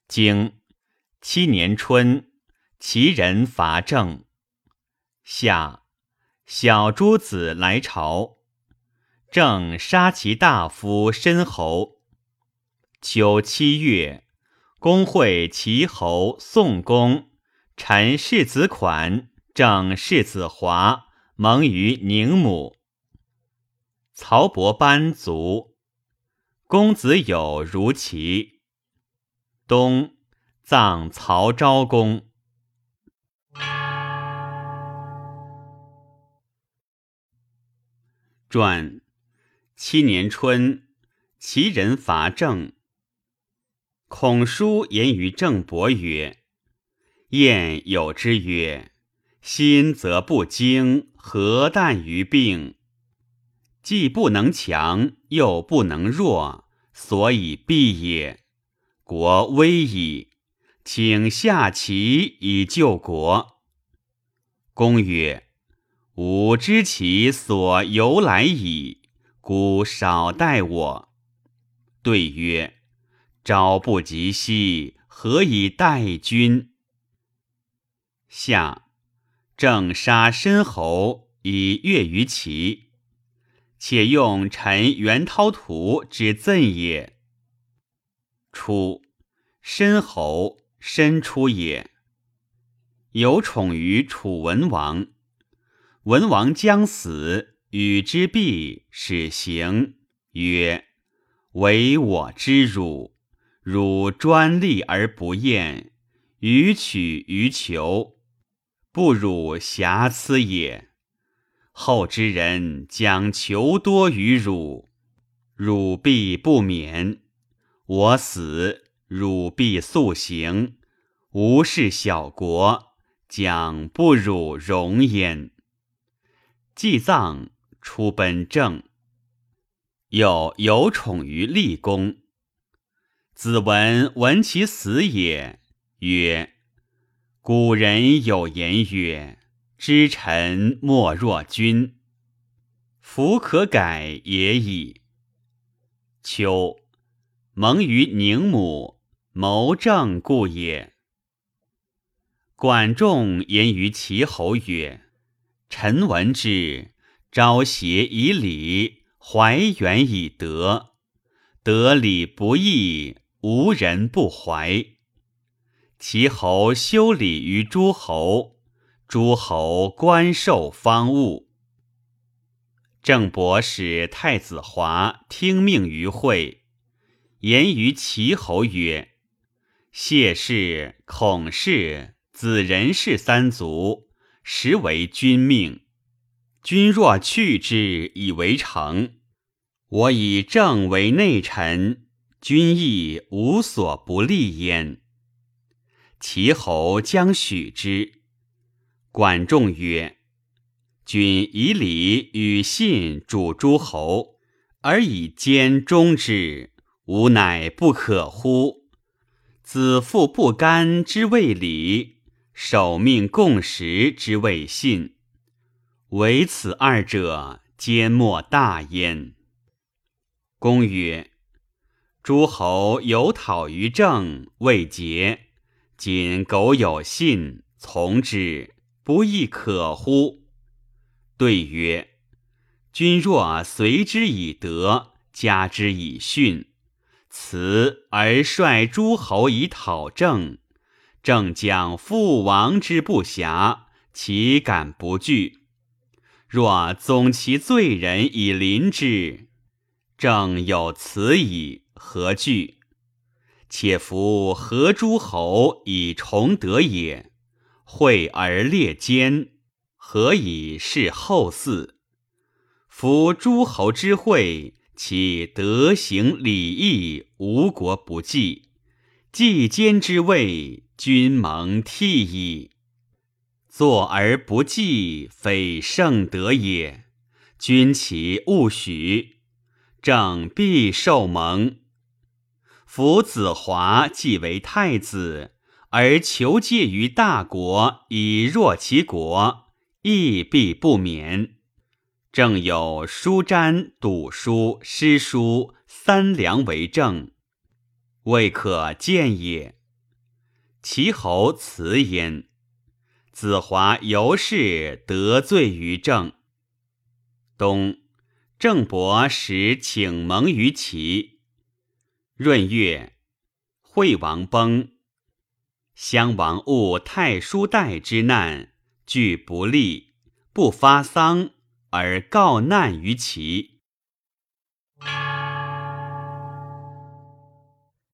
经7年春，齐人伐郑。夏，小诸子来朝，郑杀其大夫申侯。秋7月，公会齐侯、宋公、陈世子款、郑世子华盟于宁母。曹伯班卒，公子友如齐。冬，葬曹昭公。传7年春，齐人伐郑。孔叔言于郑伯曰：晏有之曰，心则不惊，何惮于病？既不能强，又不能弱，所以避也。国危矣，请下齐以救国。公曰：吾知其所由来矣，故少待我。对曰：朝不及夕，何以待君？夏，郑杀申侯，以悦于齐。且用陈元涛图之赠也。初，申侯，申出也。有宠于楚文王。文王将死，与之毕，始行，曰：唯我之辱，汝专利而不厌，予取于求，不辱瑕疵也。后之人将求多于汝，汝必不免。我死，汝必速行，吾是小国，将不辱荣焉。祭葬，出奔郑。又有宠于厉公。子文闻其死也，曰：古人有言曰，知臣莫若君。夫可改也已。秋，盟于宁母，谋郑故也。管仲言于齐侯曰：臣闻之，昭协以礼，怀远以德。得礼不义，无人不怀。齐侯修礼于诸侯，诸侯观受方物。郑伯使太子华听命于会，言于齐侯曰：谢氏、孔氏、子仁氏三族，实为君命。君若去之以为成，我以郑为内臣，君亦无所不利焉。齐侯将许之。管仲曰：君以礼与信主诸侯，而以奸忠之，吾乃不可乎？子父不甘之谓礼，守命共识之谓信。唯此二者，奸莫大焉。公曰：诸侯有讨于郑，未捷，今苟有信，从之，不亦可乎？对曰：君若随之以德，加之以训，辞而率诸侯以讨郑，郑将覆亡之不暇，岂敢不惧？若总其罪人以临之，郑有此矣，何惧？且夫合诸侯以崇德也，惠而列奸，何以是后嗣？夫诸侯之惠，其德行礼义，无国不继；继奸之位，君蒙替矣。坐而不继，非圣德也。君其勿许，郑必受蒙。夫子华既为太子，而求借于大国以弱其国，亦必不免。郑有书瞻、赌书、诗书三良为政，未可见也。 齐侯辞焉。子华由是得罪于郑。冬，郑伯使请盟于齐。闰月，惠王崩。襄王误太叔代之难，惧不利，不发丧，而告难于齐。